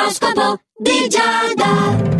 L'oroscopo di Giada.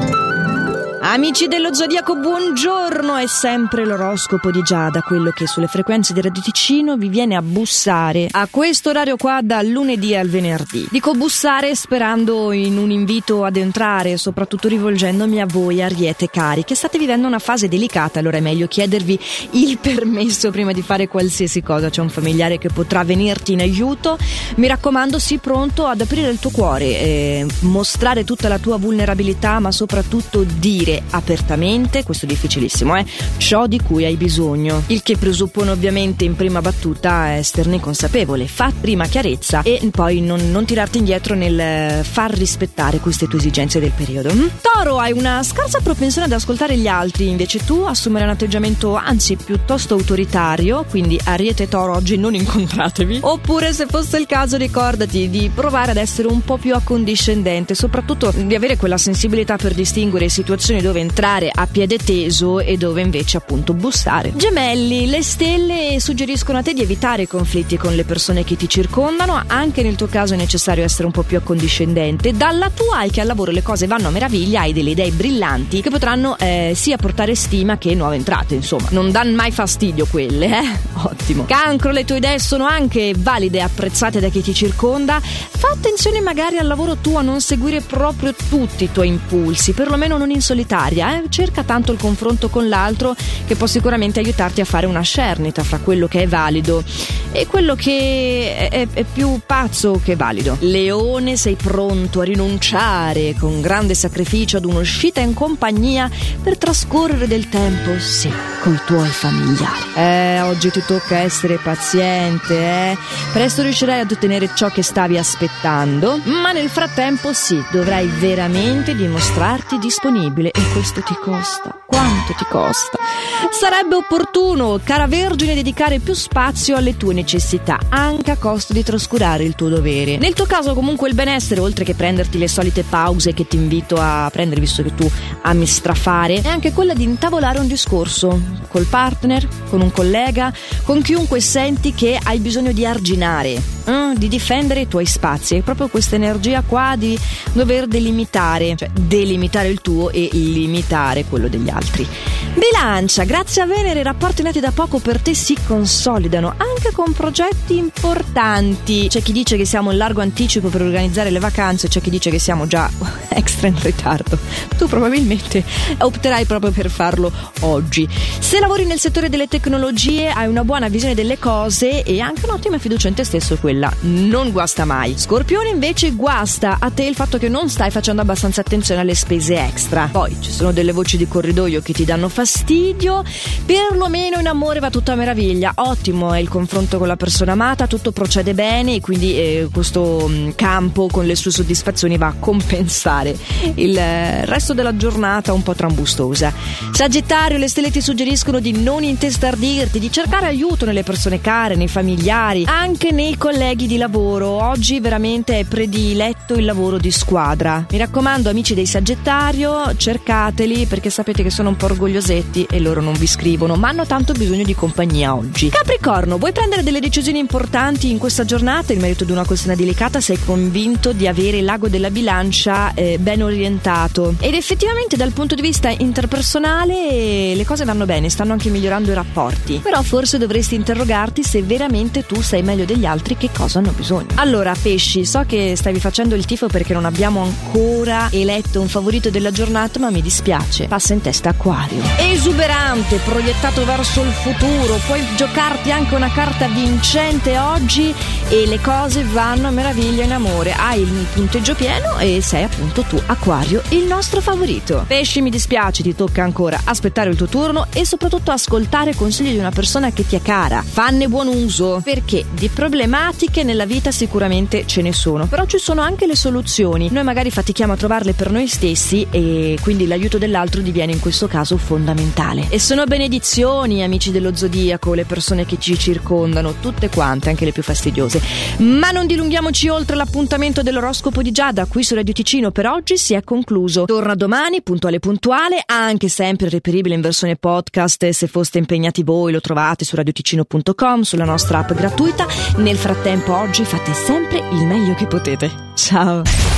Amici dello Zodiaco, buongiorno, è sempre l'oroscopo di Giada, quello che sulle frequenze di Radio Ticino vi viene a bussare a questo orario qua dal lunedì al venerdì. Dico bussare sperando in un invito ad entrare, soprattutto rivolgendomi a voi Ariete cari, che state vivendo una fase delicata, allora è meglio chiedervi il permesso prima di fare qualsiasi cosa. C'è un familiare che potrà venirti in aiuto, mi raccomando sii pronto ad aprire il tuo cuore, mostrare tutta la tua vulnerabilità, ma soprattutto dire apertamente, questo è difficilissimo, ciò di cui hai bisogno, il che presuppone ovviamente in prima battuta esserne consapevole. Fa prima chiarezza e poi non tirarti indietro nel far rispettare queste tue esigenze del periodo. Toro, hai una scarsa propensione ad ascoltare gli altri, invece tu assumere un atteggiamento anzi piuttosto autoritario, quindi Ariete e Toro oggi non incontratevi, oppure se fosse il caso ricordati di provare ad essere un po' più accondiscendente, soprattutto di avere quella sensibilità per distinguere situazioni dove entrare a piede teso e dove invece appunto bussare. Gemelli, le stelle suggeriscono a te di evitare i conflitti con le persone che ti circondano, anche nel tuo caso è necessario essere un po' più accondiscendente. Dalla tua hai che al lavoro le cose vanno a meraviglia, hai delle idee brillanti che potranno sia portare stima che nuove entrate, insomma non danno mai fastidio quelle, ottimo. Cancro, le tue idee sono anche valide e apprezzate da chi ti circonda, fa attenzione magari al lavoro tuo a non seguire proprio tutti i tuoi impulsi, perlomeno non in solitaria, cerca tanto il confronto con l'altro che può sicuramente aiutarti a fare una cernita fra quello che è valido e quello che è più pazzo che valido. Leone, sei pronto a rinunciare con grande sacrificio ad un'uscita in compagnia per trascorrere del tempo, sì, coi tuoi familiari. Oggi ti tocca essere paziente, presto riuscirai ad ottenere ciò che stavi aspettando, ma nel frattempo sì, dovrai veramente dimostrarti disponibile e questo ti costa. Quanto ti costa? Sarebbe opportuno, cara Vergine, dedicare più spazio alle tue necessità, anche a costo di trascurare il tuo dovere. Nel tuo caso comunque il benessere, oltre che prenderti le solite pause che ti invito a prendere visto che tu ami strafare, è anche quella di intavolare un discorso col partner, con un collega, con chiunque senti che hai bisogno di arginare, di difendere i tuoi spazi. È proprio questa energia qua di dover delimitare, cioè delimitare il tuo e limitare quello degli altri. Bilancia, grazie a Venere i rapporti nati da poco per te si consolidano, anche con progetti importanti. C'è chi dice che siamo in largo anticipo per organizzare le vacanze, c'è chi dice che siamo già extra in ritardo. Tu probabilmente opterai proprio per farlo oggi. Se lavori nel settore delle tecnologie hai una buona visione delle cose e anche un'ottima fiducia in te stesso, quella non guasta mai. Scorpione, invece, guasta a te il fatto che non stai facendo abbastanza attenzione alle spese extra. Poi ci sono delle voci di corridoio che ti danno fastidio, perlomeno in amore va tutto a meraviglia, ottimo è il confronto con la persona amata, tutto procede bene e quindi questo campo con le sue soddisfazioni va a compensare il resto della giornata un po' trambustosa. Sagittario, le stelle ti suggeriscono di non intestardirti, di cercare aiuto nelle persone care, nei familiari, anche nei colleghi di lavoro. Oggi veramente è prediletto il lavoro di squadra. Mi raccomando, amici dei Sagittario, cercateli perché sapete che sono un po' orgogliosetti e loro non vi scrivono, ma hanno tanto bisogno di compagnia oggi. Capricorno, vuoi prendere delle decisioni importanti in questa giornata in merito ad una questione delicata, sei convinto di avere l'ago della bilancia ben orientato ed effettivamente dal punto di vista interpersonale le cose vanno bene, stanno anche migliorando i rapporti, però forse dovresti interrogarti se veramente tu sai meglio degli altri che cosa hanno bisogno. Allora pesci, so che stavi facendo il tifo perché non abbiamo ancora eletto un favorito della giornata, ma mi dispiace, passa in testa Acquario. Esuberante, proiettato verso il futuro, puoi giocarti anche una carta vincente oggi e le cose vanno a meraviglia in amore, hai il punteggio pieno e sei appunto tu Acquario il nostro favorito. Pesci, mi dispiace, ti tocca ancora aspettare il tuo turno e soprattutto ascoltare consigli di una persona che ti è cara, fanne buon uso perché di problematiche nella vita sicuramente ce ne sono, però ci sono anche le soluzioni, noi magari fatichiamo a trovarle per noi stessi e quindi l'aiuto dell'altro diviene in questo caso fondamentale. E sono benedizioni, amici dello Zodiaco, le persone che ci circondano, tutte quante, anche le più fastidiose. Ma non dilunghiamoci oltre, l'appuntamento dell'oroscopo di Giada qui su Radio Ticino per oggi si è concluso. Torna domani, puntuale, anche sempre reperibile in versione podcast, se foste impegnati voi lo trovate su radioticino.com, sulla nostra app gratuita. Nel frattempo oggi fate sempre il meglio che potete. Ciao!